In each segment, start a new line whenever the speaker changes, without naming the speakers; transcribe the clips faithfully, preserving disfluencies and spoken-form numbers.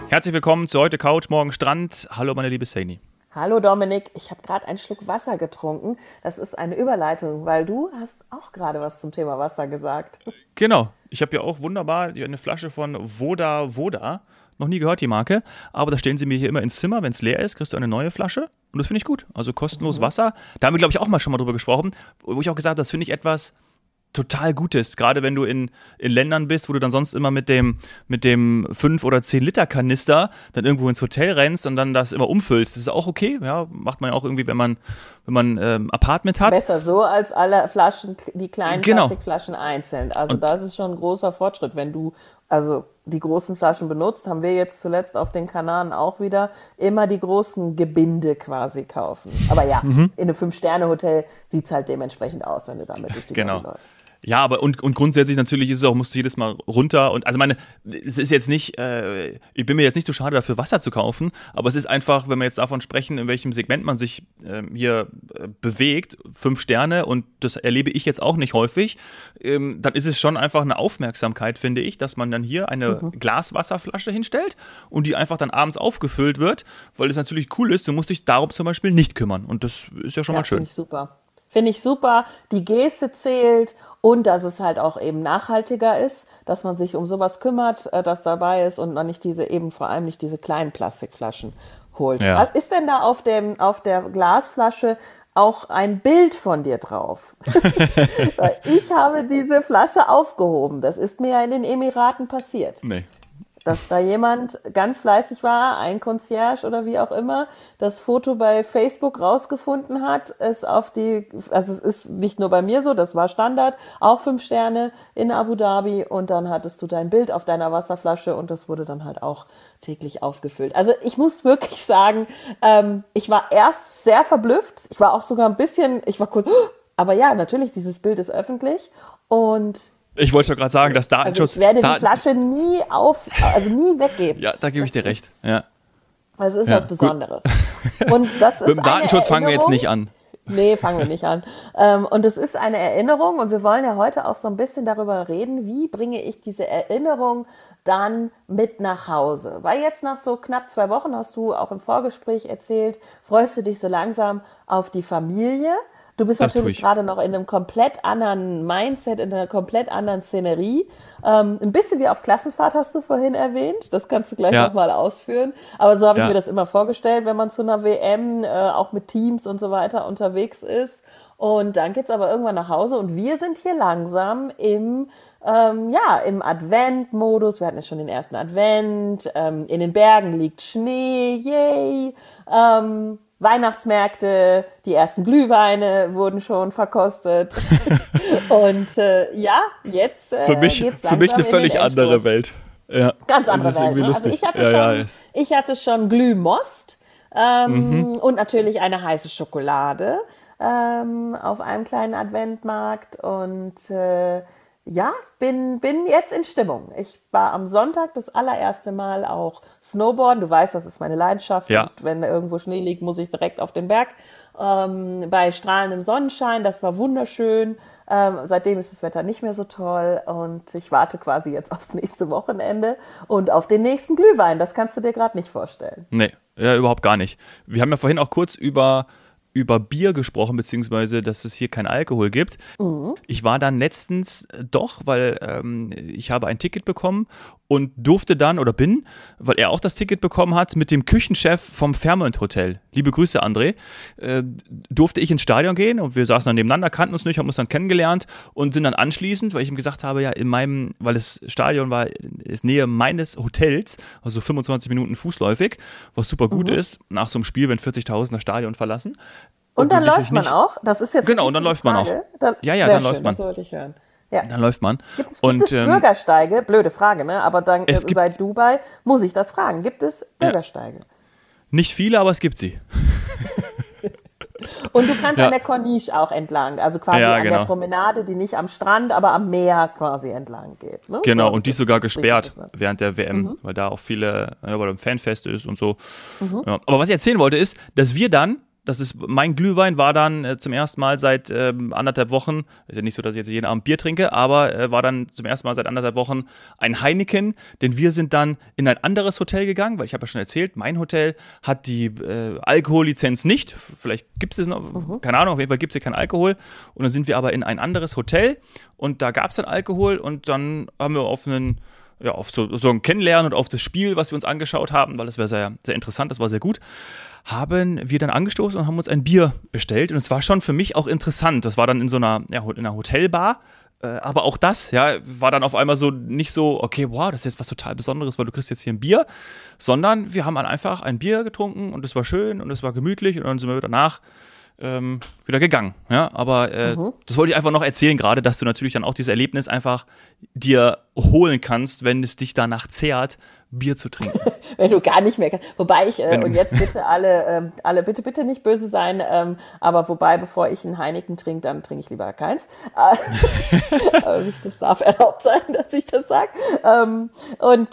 Herzlich willkommen zu heute Couch, morgen Strand. Hallo meine liebe Saini.
Hallo Dominik, ich habe gerade einen Schluck Wasser getrunken. Das ist eine Überleitung, weil du hast auch gerade was zum Thema Wasser gesagt.
Genau, ich habe ja auch wunderbar eine Flasche von Voda Voda. Noch nie gehört die Marke, aber da stehen sie mir hier immer ins Zimmer. Wenn es leer ist, kriegst du eine neue Flasche und das finde ich gut. Also kostenlos mhm. Wasser. Da haben wir, glaube ich, auch mal schon mal drüber gesprochen, wo ich auch gesagt habe, das finde ich etwas total Gutes, gerade wenn du in, in Ländern bist, wo du dann sonst immer mit dem mit dem fünf oder zehn Liter Kanister dann irgendwo ins Hotel rennst und dann das immer umfüllst. Das ist auch okay, ja, macht man ja auch irgendwie, wenn man wenn man ähm, Apartment hat.
Besser so als alle Flaschen, die kleinen
genau.
Plastikflaschen einzeln. Also
und
das ist schon ein großer Fortschritt, wenn du also die großen Flaschen benutzt, haben wir jetzt zuletzt auf den Kanaren auch wieder immer die großen Gebinde quasi kaufen. Aber ja, mhm. in einem Fünf-Sterne-Hotel sieht es halt dementsprechend aus, wenn du damit durch die
genau.
Lobby läufst.
Ja, aber und, und grundsätzlich natürlich ist es auch, musst du jedes Mal runter und also meine, es ist jetzt nicht, äh, ich bin mir jetzt nicht so schade dafür Wasser zu kaufen, aber es ist einfach, wenn wir jetzt davon sprechen, in welchem Segment man sich äh, hier äh, bewegt, fünf Sterne und das erlebe ich jetzt auch nicht häufig, ähm, dann ist es schon einfach eine Aufmerksamkeit, finde ich, dass man dann hier eine mhm. Glaswasserflasche hinstellt und die einfach dann abends aufgefüllt wird, weil es natürlich cool ist, du musst dich darum zum Beispiel nicht kümmern und das ist ja schon
ja,
mal schön.
Finde ich super. Finde ich super, die Geste zählt und dass es halt auch eben nachhaltiger ist, dass man sich um sowas kümmert, das dabei ist und man nicht diese, eben vor allem nicht diese kleinen Plastikflaschen holt.
Ja.
Was ist denn da auf dem, auf der Glasflasche auch ein Bild von dir drauf? Weil ich habe diese Flasche aufgehoben. Das ist mir ja in den Emiraten passiert.
Nee.
Dass da jemand ganz fleißig war, ein Concierge oder wie auch immer, das Foto bei Facebook rausgefunden hat, es auf die, also es ist nicht nur bei mir so, das war Standard, auch fünf Sterne in Abu Dhabi und dann hattest du dein Bild auf deiner Wasserflasche und das wurde dann halt auch täglich aufgefüllt. Also ich muss wirklich sagen, ähm, ich war erst sehr verblüfft, ich war auch sogar ein bisschen, ich war kurz, aber ja, natürlich, dieses Bild ist öffentlich und
ich wollte ja gerade sagen, dass Datenschutz...
Also ich werde
da-
die Flasche nie auf, also nie weggeben.
Ja, da gebe ich dir recht. Ja.
Das ist
Ja,
was Besonderes. Und das ist
Mit dem Datenschutz fangen wir jetzt
Erinnerung.
nicht an.
Nee, fangen wir nicht an. Ähm, und es ist eine Erinnerung und wir wollen ja heute auch so ein bisschen darüber reden, wie bringe ich diese Erinnerung dann mit nach Hause. Weil jetzt nach so knapp zwei Wochen, hast du auch im Vorgespräch erzählt, freust du dich so langsam auf die Familie. Du bist
Das tue
natürlich
ich.
gerade noch in einem komplett anderen Mindset, in einer komplett anderen Szenerie. Ähm, ein bisschen wie auf Klassenfahrt hast du vorhin erwähnt. Das kannst du gleich
Ja.
nochmal ausführen. Aber so habe ich
Ja.
mir das immer vorgestellt, wenn man zu einer W M, äh, auch mit Teams und so weiter unterwegs ist. Und dann geht's aber irgendwann nach Hause und wir sind hier langsam im, ähm, ja, im Advent-Modus. Wir hatten jetzt schon den ersten Advent. Ähm, in den Bergen liegt Schnee. Yay! Ähm, Weihnachtsmärkte, die ersten Glühweine wurden schon verkostet. Und äh, ja, jetzt äh,
Für mich,
geht's
für mich
langsam
eine
in
völlig
den
andere
Endspurt.
Welt. Ja.
Ganz
Das
andere
ist
Welt.
irgendwie
Ne? Also
lustig.
ich hatte
ja,
schon,
ja, ist-
ich hatte schon Glühmost ähm,
Mhm.
und natürlich eine heiße Schokolade ähm, auf einem kleinen Adventmarkt und äh, ja, bin, bin jetzt in Stimmung. Ich war am Sonntag das allererste Mal auch Snowboarden. Du weißt, das ist meine Leidenschaft.
Ja.
Und wenn da irgendwo Schnee liegt, muss ich direkt auf den Berg. Ähm, bei strahlendem Sonnenschein, das war wunderschön. Ähm, seitdem ist das Wetter nicht mehr so toll und ich warte quasi jetzt aufs nächste Wochenende und auf den nächsten Glühwein. Das kannst du dir gerade nicht vorstellen.
Nee, ja, überhaupt gar nicht. Wir haben ja vorhin auch kurz über, über Bier gesprochen, beziehungsweise, dass es hier kein Alkohol gibt.
Mhm.
Ich war dann letztens doch, weil ähm, ich habe ein Ticket bekommen und durfte dann, oder bin, weil er auch das Ticket bekommen hat, mit dem Küchenchef vom Fairmont Hotel, liebe Grüße André, äh, durfte ich ins Stadion gehen und wir saßen dann nebeneinander, kannten uns nicht, haben uns dann kennengelernt und sind dann anschließend, weil ich ihm gesagt habe, ja in meinem, weil das Stadion war in Nähe meines Hotels, also fünfundzwanzig Minuten fußläufig, was super gut
Mhm.
ist, nach so einem Spiel, wenn vierzigtausend das Stadion verlassen.
Und dann
wirklich
läuft man
nicht-
auch? Das ist jetzt
Genau,
eine
und dann
wichtige
läuft man
Frage. Da,
Ja, ja,
sehr
dann läuft
schön,
man.
Das wollte ich hören. Ja.
Dann läuft man.
Gibt, gibt
und
es
ähm,
Bürgersteige? Blöde Frage, ne? Aber dann,
Es
äh,
gibt-
seit Dubai muss ich das fragen. Gibt es Bürgersteige?
nicht viele, aber es gibt sie.
Und du kannst
Ja.
an der Corniche auch entlang, also quasi
Ja,
an
genau.
der Promenade, die nicht am Strand, aber am Meer quasi entlang geht. Ne?
Genau,
So,
und die ist
das
sogar
richtig
gesperrt
interessant.
während der W M, weil da auch viele, ja, weil ein Fanfest ist und so. Ja. Aber was ich erzählen wollte ist, dass wir dann Das ist, mein Glühwein war dann äh, zum ersten Mal seit ähm, anderthalb Wochen, ist ja nicht so, dass ich jetzt jeden Abend Bier trinke, aber äh, war dann zum ersten Mal seit anderthalb Wochen ein Heineken, denn wir sind dann in ein anderes Hotel gegangen, weil ich habe ja schon erzählt, mein Hotel hat die äh, Alkohollizenz nicht, vielleicht gibt es noch, mhm. keine Ahnung, auf jeden Fall gibt es hier keinen Alkohol und dann sind wir aber in ein anderes Hotel und da gab es dann Alkohol und dann haben wir auf einen ja, auf so, so ein Kennenlernen und auf das Spiel, was wir uns angeschaut haben, weil das war sehr, sehr interessant, das war sehr gut, haben wir dann angestoßen und haben uns ein Bier bestellt. Und es war schon für mich auch interessant. Das war dann in so einer, ja, in einer Hotelbar. Äh, aber auch das, ja, war dann auf einmal so nicht so, okay, wow, das ist jetzt was total Besonderes, weil du kriegst jetzt hier ein Bier. Sondern wir haben dann einfach ein Bier getrunken und es war schön und es war gemütlich. Und dann sind wir danach ähm, wieder gegangen. Ja, aber äh, mhm. das wollte ich einfach noch erzählen, gerade, dass du natürlich dann auch dieses Erlebnis einfach dir holen kannst, wenn es dich danach zehrt, Bier zu trinken.
Wenn du gar nicht mehr kannst. Wobei ich, äh, und jetzt bitte alle, ähm, alle bitte, bitte nicht böse sein, ähm, aber wobei, bevor ich einen Heineken trinke, dann trinke ich lieber keins. Aber das darf erlaubt sein, dass ich das sage. Ähm, und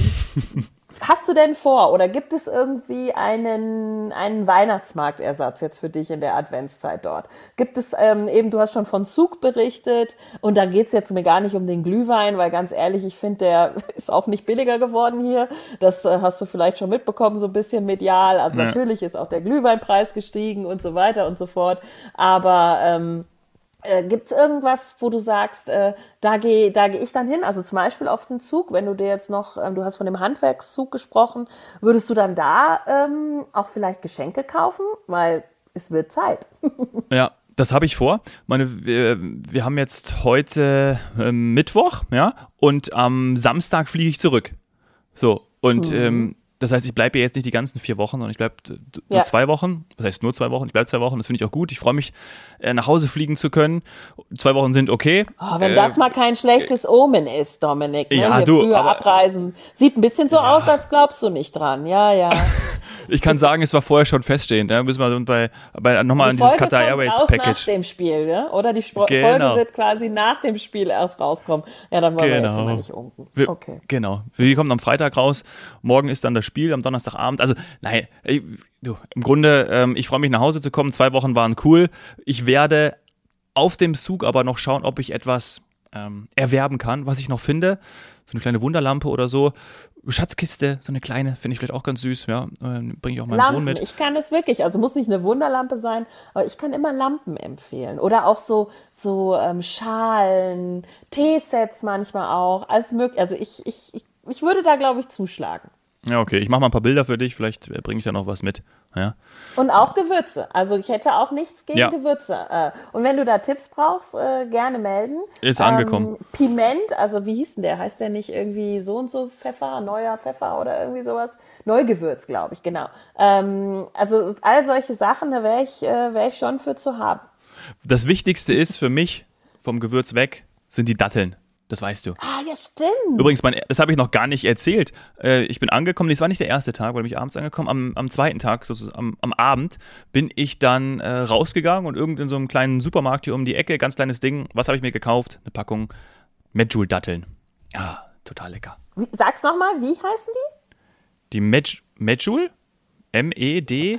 hast du denn vor oder gibt es irgendwie einen, einen Weihnachtsmarktersatz jetzt für dich in der Adventszeit dort? Gibt es ähm, eben, du hast schon von Zug berichtet und da geht es jetzt mir gar nicht um den Glühwein, weil ganz ehrlich, ich finde, der ist auch nicht billiger geworden hier. Das äh, hast du vielleicht schon mitbekommen, so ein bisschen medial. Also ja. Natürlich ist auch der Glühweinpreis gestiegen und so weiter und so fort. Aber ähm, Äh, gibt es irgendwas, wo du sagst, äh, da gehe da geh ich dann hin? Also zum Beispiel auf den Zug, wenn du dir jetzt noch, ähm, du hast von dem Handwerkszug gesprochen, würdest du dann da ähm, auch vielleicht Geschenke kaufen? Weil es wird Zeit.
Ja, das habe ich vor. Meine, wir, wir haben jetzt heute ähm, Mittwoch, ja, und am Samstag fliege ich zurück. So, und mhm. ähm, das heißt, ich bleibe jetzt nicht die ganzen vier Wochen, sondern ich bleibe nur ja. zwei Wochen. Das heißt nur zwei Wochen, ich bleibe zwei Wochen, das finde ich auch gut. Ich freue mich, äh, nach Hause fliegen zu können. Zwei Wochen sind okay.
Oh, wenn
äh,
das mal kein schlechtes Omen ist, Dominik. Ne?
Ja,
Hier
du,
früher
aber,
abreisen. Sieht ein bisschen so ja. aus, als glaubst du nicht dran. Ja, ja.
Ich kann sagen, es war vorher schon feststehend. Da müssen wir bei, bei nochmal an dieses Qatar Airways Package.
Nach dem Spiel, ne? Oder die Spro-
genau.
Folge wird quasi nach dem Spiel erst rauskommen. Ja, dann wollen genau. wir jetzt immer nicht unken. Okay.
Genau. Wir kommen am Freitag raus. Morgen ist dann das Spiel, am Donnerstagabend. Also, nein, ich, du, im Grunde, ähm, ich freue mich nach Hause zu kommen. Zwei Wochen waren cool. Ich werde auf dem Zug aber noch schauen, ob ich etwas ähm, erwerben kann, was ich noch finde. So eine kleine Wunderlampe oder so. Schatzkiste, so eine kleine, finde ich vielleicht auch ganz süß, ja, bringe ich auch meinem
Lampen.
Sohn mit.
Ich kann es wirklich, also muss nicht eine Wunderlampe sein, aber ich kann immer Lampen empfehlen oder auch so, so ähm, Schalen, Teesets manchmal auch, alles möglich, also ich, ich, ich, ich würde da, glaube ich, zuschlagen.
Ja, okay, ich mache mal ein paar Bilder für dich, vielleicht bringe ich da noch was mit. Ja.
Und auch Gewürze, also ich hätte auch nichts gegen
ja.
Gewürze. Und wenn du da Tipps brauchst, gerne melden.
Ist angekommen.
Ähm, Piment, also wie hieß denn der? Heißt der nicht irgendwie so und so Pfeffer, neuer Pfeffer oder irgendwie sowas? Neugewürz, glaube ich, genau. Ähm, also all solche Sachen, da wäre ich, äh, wär ich schon für zu haben.
Das Wichtigste ist für mich, vom Gewürz weg, sind die Datteln. Das weißt du.
Ah, ja, stimmt.
Übrigens, mein, das habe ich noch gar nicht erzählt. Äh, ich bin angekommen, das war nicht der erste Tag, weil ich abends angekommen, am, am zweiten Tag, sozusagen am, am Abend, bin ich dann äh, rausgegangen und irgend in so einem kleinen Supermarkt hier um die Ecke, ganz kleines Ding, was habe ich mir gekauft? Eine Packung Medjool-Datteln. Ja, total lecker.
Wie, sag's nochmal, wie heißen die?
Die Med, Medjool? M E D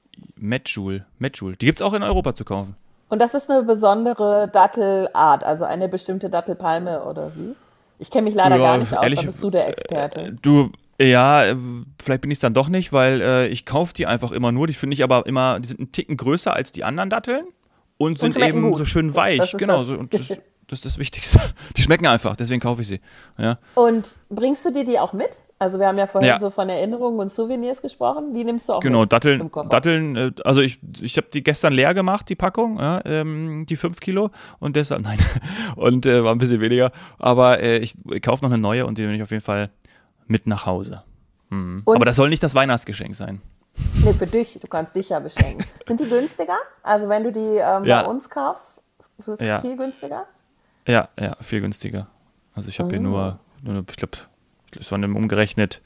Medjool. Medjool. Die gibt es auch in Europa zu kaufen.
Und das ist eine besondere Dattelart, also eine bestimmte Dattelpalme oder wie? Ich kenne mich leider ja, gar nicht aus, ehrlich, da bist du der Experte.
Äh, du, ja, vielleicht bin ich es dann doch nicht, weil äh, ich kaufe die einfach immer nur. Die finde ich aber immer, die sind einen Ticken größer als die anderen Datteln und sind und eben gut. so schön weich. Genau, das. So, und das, das ist das Wichtigste. Die schmecken einfach, deswegen kaufe ich sie. Ja.
Und bringst du dir die auch mit? Also wir haben ja vorhin ja. so von Erinnerungen und Souvenirs gesprochen. Die nimmst du auch
genau,
mit
Datteln,
im Koffer?
Datteln, also ich, ich habe die gestern leer gemacht, die Packung, ja, ähm, die fünf Kilo und deshalb, nein, und äh, war ein bisschen weniger. Aber äh, ich, ich kaufe noch eine neue und die nehme ich auf jeden Fall mit nach Hause. Mhm. Aber das soll nicht das Weihnachtsgeschenk sein.
Nee, für dich, du kannst dich ja beschenken. Sind die günstiger? Also wenn du die ähm, ja. bei uns kaufst, ist es ja. viel günstiger?
Ja, ja, viel günstiger. Also ich habe oh. hier nur, nur, ich glaube, es waren umgerechnet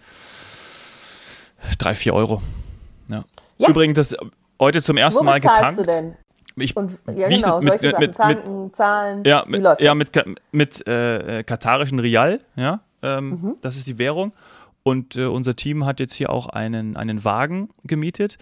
drei, vier Euro. Ja. Ja. Übrigens, das heute zum ersten
Womit
Mal getankt.
Zahlst du denn?
Ich,
Und, ja, genau,
mit,
solche
mit,
Sachen,
mit,
tanken,
mit,
zahlen,
ja,
wie
mit,
läuft
ja,
das?
mit, mit äh, katarischen Rial, ja, ähm, mhm. das ist die Währung. Und äh, unser Team hat jetzt hier auch einen, einen Wagen gemietet.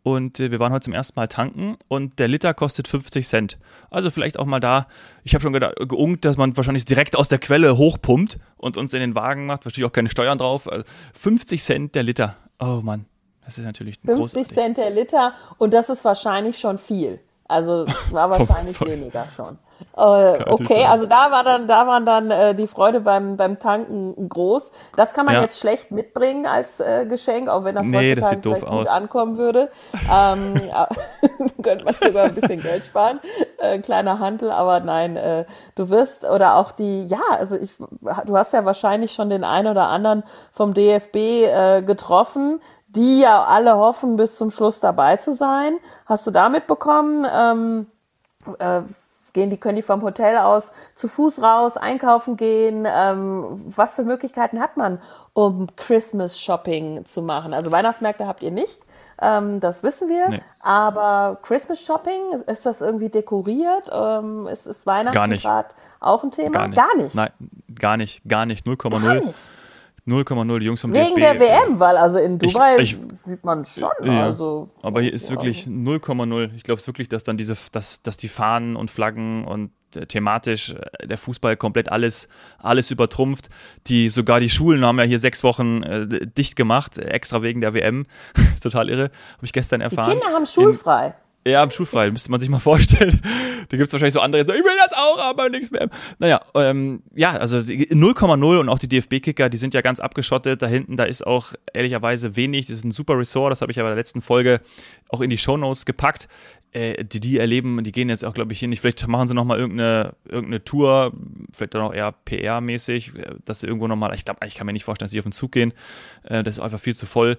und äh, wir waren heute zum ersten Mal tanken und der Liter kostet fünfzig Cent. Also vielleicht auch mal da, ich habe schon gedacht, geunkt, dass man wahrscheinlich direkt aus der Quelle hochpumpt und uns in den Wagen macht, wahrscheinlich auch keine Steuern drauf. Also fünfzig Cent der Liter. Oh Mann, das ist natürlich
fünfzig
großartig.
Cent der Liter und das ist wahrscheinlich schon viel. Also war wahrscheinlich
voll.
weniger schon. Äh, okay,
sein.
also da war dann, da waren dann äh, die Freude beim, beim Tanken groß. Das kann man
Ja.
jetzt schlecht mitbringen als äh, Geschenk, auch wenn das
Nee, das
heutzutage
sieht doof
vielleicht gut
aus.
ankommen würde. Ähm, könnte man sogar ein bisschen Geld sparen. Äh, kleiner Handel, aber nein, äh, du wirst oder auch die, ja, also ich, du hast ja wahrscheinlich schon den einen oder anderen vom D F B äh, getroffen, die ja alle hoffen, bis zum Schluss dabei zu sein. Hast du da mitbekommen? Ähm, äh, gehen die, können die vom Hotel aus zu Fuß raus, einkaufen gehen? Ähm, was für Möglichkeiten hat man, um Christmas Shopping zu machen? Also Weihnachtsmärkte habt ihr nicht, ähm, das wissen wir.
Nee.
Aber Christmas Shopping, ist, ist das irgendwie dekoriert? Ähm, ist, ist
Gar
Weihnachten
nicht.
gerade auch ein Thema?
Gar nicht.
Gar nicht.
Nein, gar nicht, gar nicht. null Komma
Gar
null.
nicht.
null Komma null, die Jungs vom
Wegen
D F B.
der W M, weil also in Dubai
ich-
sieht man schon.
Ja,
Also,
aber hier ist
ja.
wirklich null Komma null. Ich glaube es wirklich, dass dann diese, dass, dass die Fahnen und Flaggen und äh, thematisch äh, der Fußball komplett alles, alles übertrumpft. Die, sogar die Schulen haben ja hier sechs Wochen äh, dicht gemacht, äh, extra wegen der W M. Total irre. Habe ich gestern
Die
erfahren.
Kinder haben schulfrei.
Ja, am Schulfrei, müsste man sich mal vorstellen. Da gibt es wahrscheinlich so andere, die sagen, ich will das auch, aber nichts mehr. Naja, ähm, ja, also null Komma null und auch die D F B-Kicker, die sind ja ganz abgeschottet. Da hinten, da ist auch ehrlicherweise wenig. Das ist ein super Resort, das habe ich aber in der letzten Folge auch in die Shownotes gepackt. Äh, die, die erleben, die gehen jetzt auch, glaube ich, hin. Vielleicht machen sie nochmal irgendeine, irgendeine Tour, vielleicht dann auch eher P R-mäßig, dass sie irgendwo nochmal, ich glaube, ich kann mir nicht vorstellen, dass sie auf den Zug gehen. Äh, das ist einfach viel zu voll.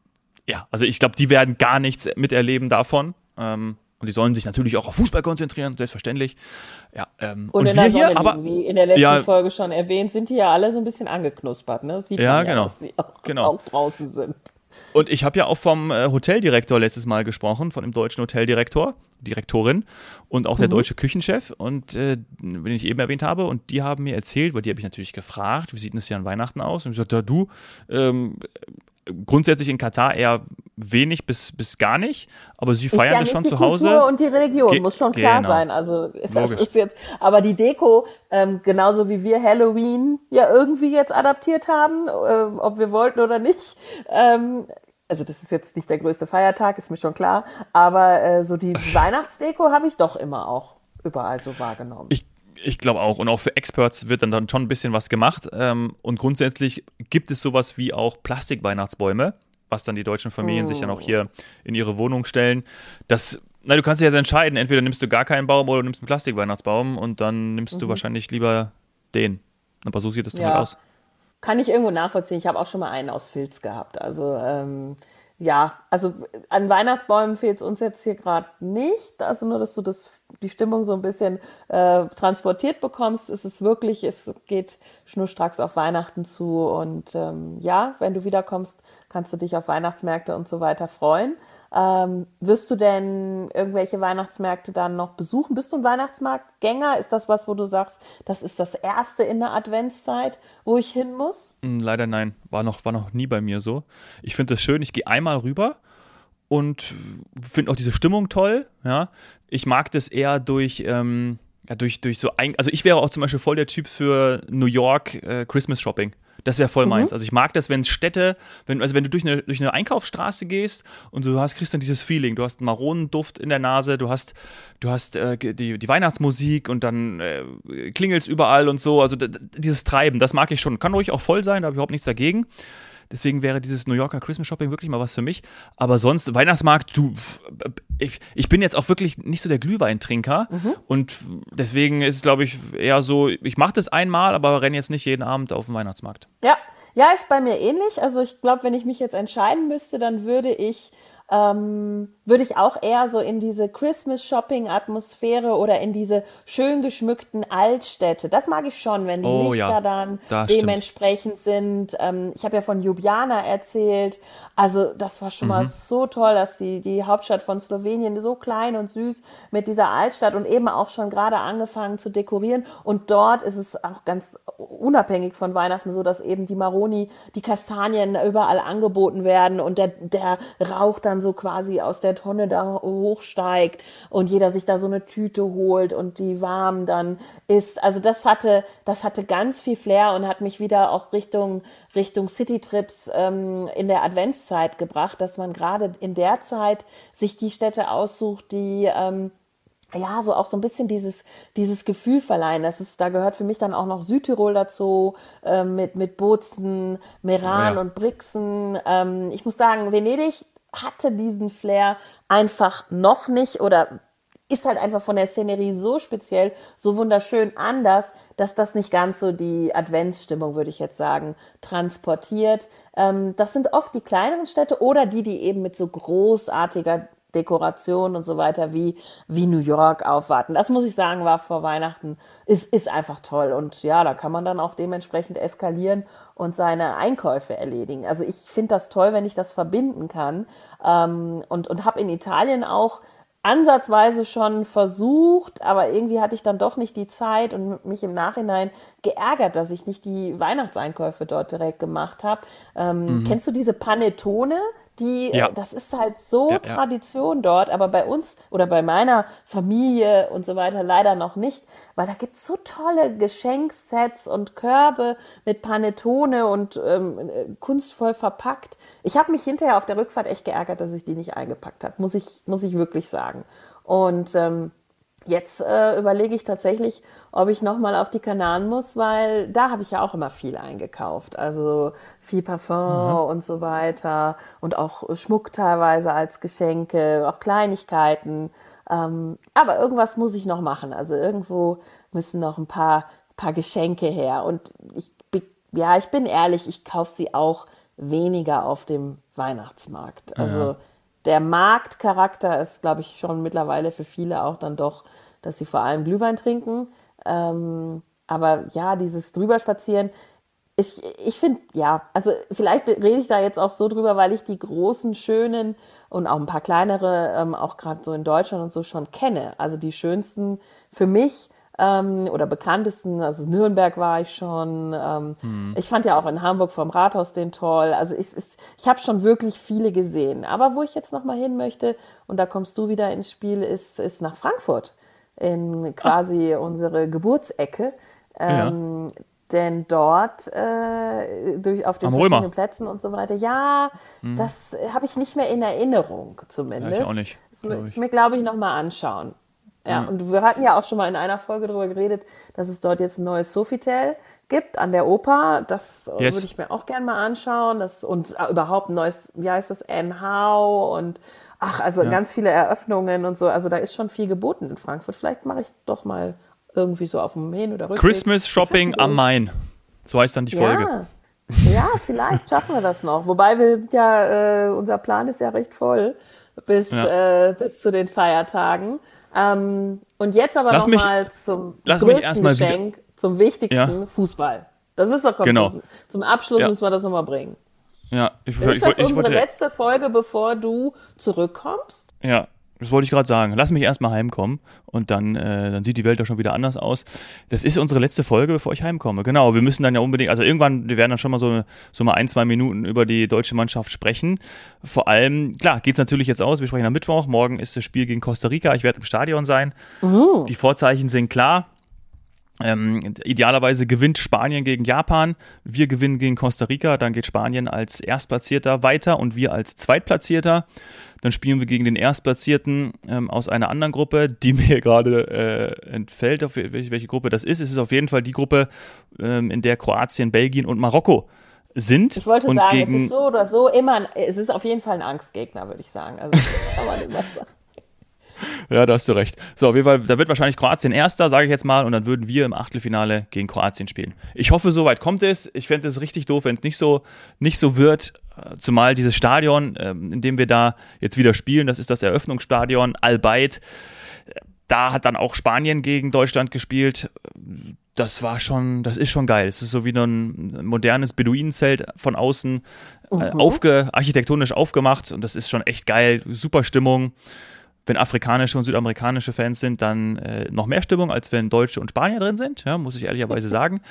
Ja, also ich glaube, die werden gar nichts miterleben davon. Ähm, und die sollen sich natürlich auch auf Fußball konzentrieren, selbstverständlich. Ja, ähm,
Und,
und
in
wir
der Sonne
hier, aber
liegen, wie in der letzten
Ja.
Folge schon erwähnt, sind die ja alle so ein bisschen angeknuspert. Ne? Das sieht
Ja,
man ja,
genau.
dass sie auch,
Genau.
auch draußen sind.
und ich habe ja auch vom äh, Hoteldirektor letztes Mal gesprochen, von dem deutschen Hoteldirektor, Direktorin und auch der
Mhm.
deutsche Küchenchef, und äh, den ich eben erwähnt habe, und die haben mir erzählt, weil die habe ich natürlich gefragt, wie sieht denn das hier an Weihnachten aus? Und ich sagte, ja, du, ähm, grundsätzlich in Katar eher wenig bis, bis gar nicht, aber sie
Ist
feiern
ja
das
nicht
schon
die
zu
Kultur
Hause.
und die Religion,
Ge-
muss schon klar
genau.
sein. Also das
Logisch.
ist jetzt, aber die Deko, ähm, genauso wie wir Halloween ja irgendwie jetzt adaptiert haben, äh, ob wir wollten oder nicht. Ähm, also das ist jetzt nicht der größte Feiertag, ist mir schon klar, aber äh, so die Weihnachtsdeko habe ich doch immer auch überall so wahrgenommen.
Ich, ich glaube auch. Und auch für Experts wird dann, dann schon ein bisschen was gemacht. Ähm, und grundsätzlich gibt es sowas wie auch Plastik-Weihnachtsbäume, was dann die deutschen Familien sich dann auch hier in ihre Wohnung stellen. Das, na, du kannst dich jetzt entscheiden, entweder nimmst du gar keinen Baum oder du nimmst einen Plastik-Weihnachtsbaum, und dann nimmst du wahrscheinlich lieber den. Aber so sieht es dann
Ja.
halt aus.
Kann ich irgendwo nachvollziehen. Ich habe auch schon mal einen aus Filz gehabt. Also ähm, ja, also an Weihnachtsbäumen fehlt es uns jetzt hier gerade nicht. Also nur, dass du das, die Stimmung so ein bisschen äh, transportiert bekommst. Es ist wirklich, es geht schnurstracks auf Weihnachten zu. Und ähm, ja, wenn du wiederkommst, kannst du dich auf Weihnachtsmärkte und so weiter freuen. Ähm, wirst du denn irgendwelche Weihnachtsmärkte dann noch besuchen? Bist du ein Weihnachtsmarktgänger? Ist das was, wo du sagst, das ist das erste in der Adventszeit, wo ich hin muss?
Hm, Leider nein, war noch, war noch nie bei mir so. Ich finde das schön, ich gehe einmal rüber und finde auch diese Stimmung toll. Ja. Ich mag das eher durch, ähm, ja, durch, durch so ein, also ich wäre auch zum Beispiel voll der Typ für New York äh, Christmas Shopping. Das wäre voll meins. Also ich mag das, wenn es Städte, wenn, also wenn du durch eine, durch eine Einkaufsstraße gehst und du hast, kriegst dann dieses Feeling, du hast einen Maronenduft in der Nase, du hast, du hast äh, die, die Weihnachtsmusik und dann äh, klingelt es überall und so. Also d- d- dieses Treiben, das mag ich schon. Kann ruhig auch voll sein, da habe ich überhaupt nichts dagegen. Deswegen wäre dieses New Yorker Christmas Shopping wirklich mal was für mich. Aber sonst, Weihnachtsmarkt, du, ich, ich bin jetzt auch wirklich nicht so der Glühweintrinker.
Mhm.
Und deswegen ist es, glaube ich, eher so, ich mache das einmal, aber renne jetzt nicht jeden Abend auf den Weihnachtsmarkt.
Ja, ja, ist bei mir ähnlich. Also ich glaube, wenn ich mich jetzt entscheiden müsste, dann würde ich ähm, würde ich auch eher so in diese Christmas-Shopping-Atmosphäre oder in diese schön geschmückten Altstädte. Das mag ich schon, wenn die
Oh,
Lichter
ja.
dann
Das stimmt.
dementsprechend sind. Ähm, ich habe ja von Ljubljana erzählt. Also das war schon
Mhm.
mal so toll, dass die, die Hauptstadt von Slowenien so klein und süß mit dieser Altstadt und eben auch schon gerade angefangen zu dekorieren. Und dort ist es auch ganz unabhängig von Weihnachten so, dass eben die Maroni, die Kastanien überall angeboten werden und der, der Rauch dann man so quasi aus der Tonne da hochsteigt und jeder sich da so eine Tüte holt und die warm dann isst. Also das hatte, das hatte ganz viel Flair und hat mich wieder auch Richtung, Richtung Citytrips ähm, in der Adventszeit gebracht, dass man gerade in der Zeit sich die Städte aussucht, die ähm, ja, so auch so ein bisschen dieses, dieses Gefühl verleihen. Das ist, da gehört für mich dann auch noch Südtirol dazu, äh, mit, mit Bozen, Meran
Ja.
und Brixen. Ähm, ich muss sagen, Venedig hatte diesen Flair einfach noch nicht oder ist halt einfach von der Szenerie so speziell, so wunderschön anders, dass das nicht ganz so die Adventsstimmung, würde ich jetzt sagen, transportiert. Ähm, das sind oft die kleineren Städte oder die, die eben mit so großartiger Dekoration und so weiter wie, wie New York aufwarten. Das muss ich sagen, war vor Weihnachten, ist, ist einfach toll. Und ja, da kann man dann auch dementsprechend eskalieren und seine Einkäufe erledigen. Also ich finde das toll, wenn ich das verbinden kann. Ähm, und und habe in Italien auch ansatzweise schon versucht, aber irgendwie hatte ich dann doch nicht die Zeit und mich im Nachhinein geärgert, dass ich nicht die Weihnachtseinkäufe dort direkt gemacht habe. Ähm,
Mhm.
Kennst du diese Panettone? Die,
Ja.
das ist halt so
Ja, ja.
Tradition dort, aber bei uns oder bei meiner Familie und so weiter leider noch nicht, weil da gibt es so tolle Geschenksets und Körbe mit Panettone und ähm, kunstvoll verpackt. Ich habe mich hinterher auf der Rückfahrt echt geärgert, dass ich die nicht eingepackt habe, muss ich, muss ich wirklich sagen. Und ähm, Jetzt äh, überlege ich tatsächlich, ob ich nochmal auf die Kanaren muss, weil da habe ich ja auch immer viel eingekauft. Also viel Parfum und so weiter und auch Schmuck teilweise als Geschenke, auch Kleinigkeiten. Ähm, aber irgendwas muss ich noch machen. Also irgendwo müssen noch ein paar, paar Geschenke her. Und ich, bi- ja, ich bin ehrlich, ich kaufe sie auch weniger auf dem Weihnachtsmarkt. Also
Ja.
der Marktcharakter ist, glaube ich, schon mittlerweile für viele auch dann doch, dass sie vor allem Glühwein trinken. Ähm, aber ja, dieses Drüberspazieren, ich, ich finde, ja, also vielleicht rede ich da jetzt auch so drüber, weil ich die großen, schönen und auch ein paar kleinere, ähm, auch gerade so in Deutschland und so schon kenne. Also die schönsten für mich ähm, oder bekanntesten, also Nürnberg war ich schon. Ähm, ich fand ja auch in Hamburg vom Rathaus den toll. Also ich, ich, ich habe schon wirklich viele gesehen. Aber wo ich jetzt nochmal hin möchte, und da kommst du wieder ins Spiel, ist, ist nach Frankfurt, in quasi unsere Geburtsecke.
Ja.
Ähm, denn dort äh, durch, auf den
Am
verschiedenen
Römer.
Plätzen und so weiter, ja, das habe ich nicht mehr in Erinnerung
Ja,
zumindest.
ich auch nicht,
Das
glaub
möchte ich
ich.
mir, glaube ich, nochmal anschauen. Ja, und wir hatten ja auch schon mal in einer Folge darüber geredet, dass es dort jetzt ein neues Sofitel gibt an der Oper. Das äh,
Yes.
würde ich mir auch gerne mal anschauen. Das, und äh, überhaupt ein neues, wie heißt das, Anne Howe und ach, also
Ja.
ganz viele Eröffnungen und so. Also da ist schon viel geboten in Frankfurt. Vielleicht mache ich doch mal irgendwie so auf dem Hin- oder Rückweg.
Christmas Shopping am Main. So heißt dann die Folge.
Ja. Ja, vielleicht schaffen wir das noch. Wobei wir sind ja, äh, unser Plan ist ja recht voll bis,
Ja.
äh, bis zu den Feiertagen. Ähm, und jetzt aber
Lass mich-
nochmal zum
lass mich
größten
erst mal wieder-
Geschenk, zum wichtigsten
Ja.
Fußball. Das müssen wir kommen.
Genau.
Zum, zum Abschluss
Ja.
müssen wir das nochmal bringen.
Ja, ich,
Ist
ich,
das
ich, ich
unsere
wollte.
letzte Folge, bevor du zurückkommst?
Ja, das wollte ich gerade sagen. Lass mich erstmal heimkommen und dann, äh, dann sieht die Welt ja schon wieder anders aus. Das ist unsere letzte Folge, bevor ich heimkomme. Genau, wir müssen dann ja unbedingt, also irgendwann, wir werden dann schon mal so, so mal ein, zwei Minuten über die deutsche Mannschaft sprechen. Vor allem, klar, geht's natürlich jetzt aus. Wir sprechen am Mittwoch. Morgen ist das Spiel gegen Costa Rica. Ich werde im Stadion sein. Die Vorzeichen sind klar. Ähm, idealerweise gewinnt Spanien gegen Japan, wir gewinnen gegen Costa Rica, dann geht Spanien als Erstplatzierter weiter und wir als Zweitplatzierter. Dann spielen wir gegen den Erstplatzierten ähm, aus einer anderen Gruppe, die mir gerade äh, entfällt, auf welche, welche Gruppe das ist. Es ist auf jeden Fall die Gruppe, ähm, in der Kroatien, Belgien und Marokko sind.
Ich wollte
und
sagen,
gegen,
es ist so oder so immer, ein, es ist auf jeden Fall ein Angstgegner, würde ich sagen. Also, das kann man immer sagen.
Ja, da hast du recht. So, auf jeden Fall, da wird wahrscheinlich Kroatien Erster, sage ich jetzt mal, und dann würden wir im Achtelfinale gegen Kroatien spielen. Ich hoffe, soweit kommt es. Ich fände es richtig doof, wenn es nicht so, nicht so wird. Zumal dieses Stadion, ähm, in dem wir da jetzt wieder spielen, das ist das Eröffnungsstadion Al Bayt. Da hat dann auch Spanien gegen Deutschland gespielt. Das war schon, das ist schon geil. Es ist so wie ein modernes Beduinenzelt von außen, äh, aufge, architektonisch aufgemacht, und das ist schon echt geil. Super Stimmung. Wenn afrikanische und südamerikanische Fans sind, dann äh, noch mehr Stimmung, als wenn Deutsche und Spanier drin sind, ja, muss ich ehrlicherweise sagen.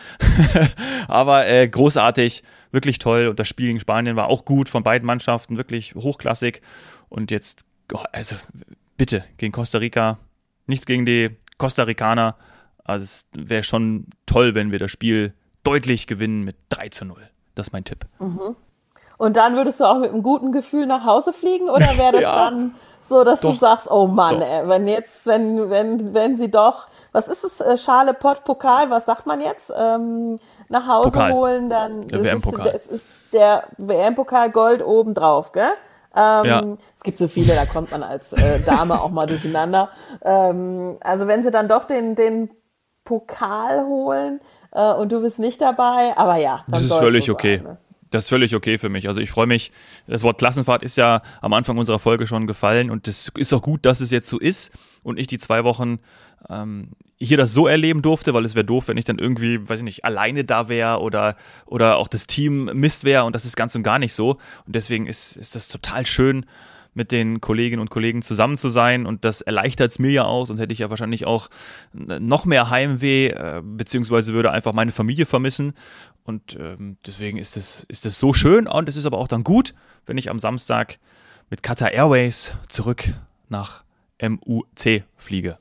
Aber äh, großartig, wirklich toll. Und das Spiel gegen Spanien war auch gut von beiden Mannschaften, wirklich hochklassig. Und jetzt, oh, also bitte, gegen Costa Rica, nichts gegen die Costa Ricaner. Also es wäre schon toll, wenn wir das Spiel deutlich gewinnen mit drei zu null. Das ist mein Tipp.
Mhm. Und dann würdest du auch mit einem guten Gefühl nach Hause fliegen oder wäre das ja, dann so, dass doch, du sagst, oh Mann, ey, wenn jetzt, wenn, wenn, wenn sie doch, was ist es, Schale, Pott, Pokal, was sagt man jetzt, ähm, nach Hause Pokal. holen, dann
der W M-Pokal.
Es ist der W M-Pokal Gold obendrauf, gell? Ähm, ja. Es gibt so viele, da kommt man als äh, Dame auch mal durcheinander. Ähm, also wenn sie dann doch den, den Pokal holen äh, und du bist nicht dabei, aber ja, dann
das ist völlig so okay. Sein, ne? Das ist völlig okay für mich. Also ich freue mich, das Wort Klassenfahrt ist ja am Anfang unserer Folge schon gefallen und es ist auch gut, dass es jetzt so ist und ich die zwei Wochen ähm, hier das so erleben durfte, weil es wäre doof, wenn ich dann irgendwie, weiß ich nicht, alleine da wäre oder, oder auch das Team Mist wäre und das ist ganz und gar nicht so. Und deswegen ist, ist das total schön, mit den Kolleginnen und Kollegen zusammen zu sein und das erleichtert es mir ja auch, sonst hätte ich ja wahrscheinlich auch noch mehr Heimweh, äh, beziehungsweise würde einfach meine Familie vermissen und ähm, deswegen ist es ist es so schön und es ist aber auch dann gut, wenn ich am Samstag mit Qatar Airways zurück nach M U C fliege.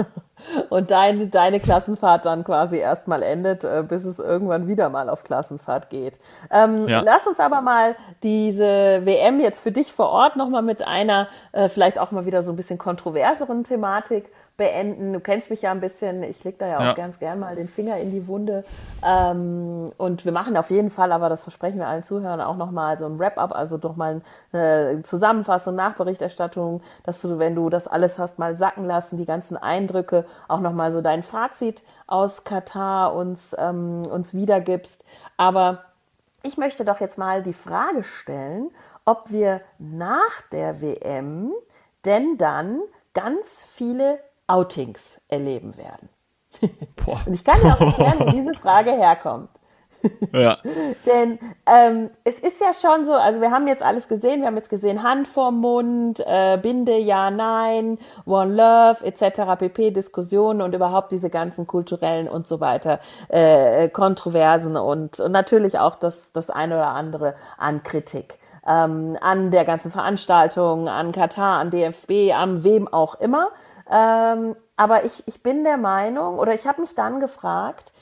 Und deine, deine Klassenfahrt dann quasi erstmal endet, äh, bis es irgendwann wieder mal auf Klassenfahrt geht. Ähm, ja. Lass uns aber mal diese W M jetzt für dich vor Ort nochmal mit einer äh, vielleicht auch mal wieder so ein bisschen kontroverseren Thematik beenden. Du kennst mich ja ein bisschen, ich leg da ja auch ja. ganz gern mal den Finger in die Wunde. Ähm, und wir machen auf jeden Fall, aber das versprechen wir allen Zuhörern, auch nochmal so ein Wrap-up, also doch mal eine Zusammenfassung, Nachberichterstattung, dass du, wenn du das alles hast, mal sacken lassen, die ganzen Eindrücke, auch nochmal so dein Fazit aus Katar uns, ähm, uns wiedergibst. Aber ich möchte doch jetzt mal die Frage stellen, ob wir nach der W M denn dann ganz viele Outings erleben werden. Boah. Und ich kann dir auch erklären, wo diese Frage herkommt. Ja. Denn ähm, es ist ja schon so, also wir haben jetzt alles gesehen, wir haben jetzt gesehen Hand vorm Mund, äh, Binde, Ja, Nein, One Love et cetera pp, Diskussionen und überhaupt diese ganzen kulturellen und so weiter äh, Kontroversen und, und natürlich auch das, das eine oder andere an Kritik. Ähm, an der ganzen Veranstaltung, an Katar, an D F B, an wem auch immer. Ähm, aber ich, ich bin der Meinung, oder ich habe mich dann gefragt,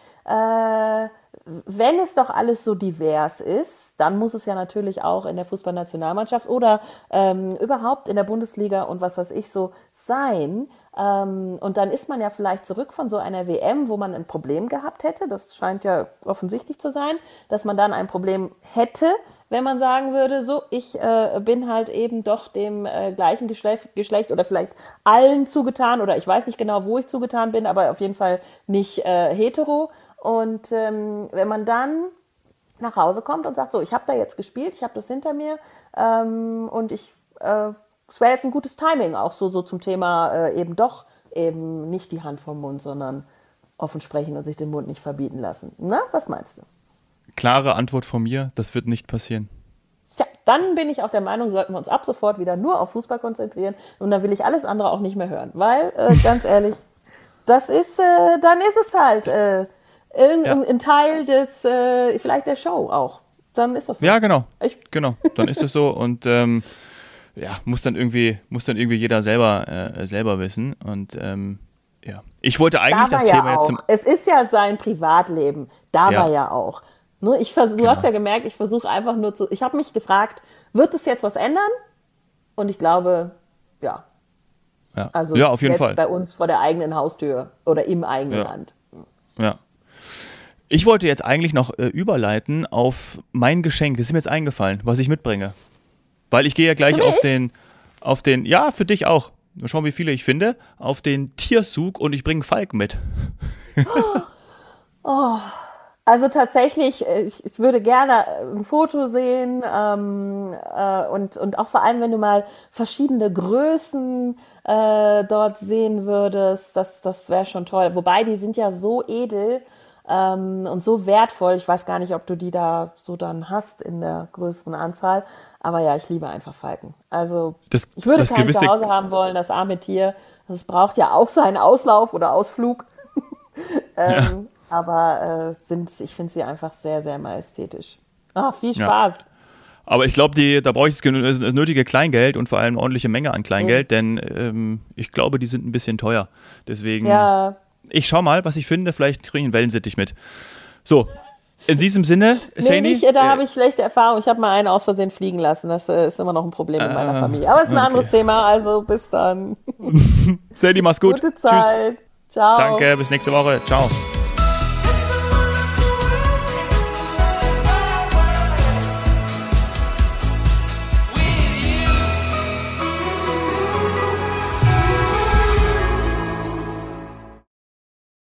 äh, wenn es doch alles so divers ist, dann muss es ja natürlich auch in der Fußballnationalmannschaft oder ähm, überhaupt in der Bundesliga und was weiß ich so sein. Ähm, und dann ist man ja vielleicht zurück von so einer W M, wo man ein Problem gehabt hätte. Das scheint ja offensichtlich zu sein, dass man dann ein Problem hätte, wenn man sagen würde, so, ich äh, bin halt eben doch dem äh, gleichen Geschlecht, Geschlecht oder vielleicht allen zugetan oder ich weiß nicht genau, wo ich zugetan bin, aber auf jeden Fall nicht äh, hetero. Und ähm, wenn man dann nach Hause kommt und sagt, so, ich habe da jetzt gespielt, ich habe das hinter mir ähm, und ich, äh, es wäre jetzt ein gutes Timing auch so, so zum Thema äh, eben doch eben nicht die Hand vom Mund, sondern offen sprechen und sich den Mund nicht verbieten lassen. Na, was meinst du?
Klare Antwort von mir, das wird nicht passieren.
Ja, dann bin ich auch der Meinung, sollten wir uns ab sofort wieder nur auf Fußball konzentrieren und dann will ich alles andere auch nicht mehr hören, weil, äh, ganz ehrlich, das ist, äh, dann ist es halt äh, ein, ja. ein Teil des, äh, vielleicht der Show auch. Dann ist das so.
Ja, genau, ich, genau, dann ist es so und ähm, ja, muss dann irgendwie, muss dann irgendwie jeder selber, äh, selber wissen und ähm, ja, ich wollte eigentlich da das
ja
Thema
auch.
jetzt zum...
Es ist ja sein Privatleben, da ja. war ja auch. Nur ich vers- du genau. hast ja gemerkt, ich versuche einfach nur zu, ich habe mich gefragt, wird es jetzt was ändern? Und ich glaube, ja.
Ja,
also
ja auf jeden
selbst
Fall.
bei uns vor der eigenen Haustür oder im eigenen
ja.
Land.
Ja. Ich wollte jetzt eigentlich noch äh, überleiten auf mein Geschenk, das ist mir jetzt eingefallen, was ich mitbringe. Weil ich gehe ja gleich auf den, auf den, ja, für dich auch. Mal schauen, wie viele ich finde, auf den Tiersug und ich bringe einen Falken mit.
Oh. oh. Also tatsächlich, ich, ich würde gerne ein Foto sehen ähm, äh, und, und auch vor allem, wenn du mal verschiedene Größen äh, dort sehen würdest, das, das wäre schon toll. Wobei, die sind ja so edel ähm, und so wertvoll. Ich weiß gar nicht, ob du die da so dann hast in der größeren Anzahl. Aber ja, ich liebe einfach Falken. Also
das,
ich würde
das
keinen
gewisse...
zu Hause haben wollen, das arme Tier. Das braucht ja auch seinen Auslauf oder Ausflug. ähm, ja. Aber äh, sind, ich finde sie einfach sehr, sehr majestätisch. Ah, viel Spaß.
Ja. Aber ich glaube, da brauche ich das, das nötige Kleingeld und vor allem eine ordentliche Menge an Kleingeld, mhm. denn ähm, ich glaube, die sind ein bisschen teuer. Deswegen,
ja.
ich schau mal, was ich finde. Vielleicht kriege ich einen Wellensittich mit. So, in diesem Sinne,
nee,
Saini,
nicht, da
äh,
habe ich schlechte Erfahrungen. Ich habe mal einen aus Versehen fliegen lassen. Das äh, ist immer noch ein Problem in meiner
ah,
Familie. Aber es ist ein
okay.
anderes Thema, also bis dann.
Saini, mach's gut.
Gute Zeit.
Tschüss.
Ciao.
Danke, bis nächste Woche. Ciao.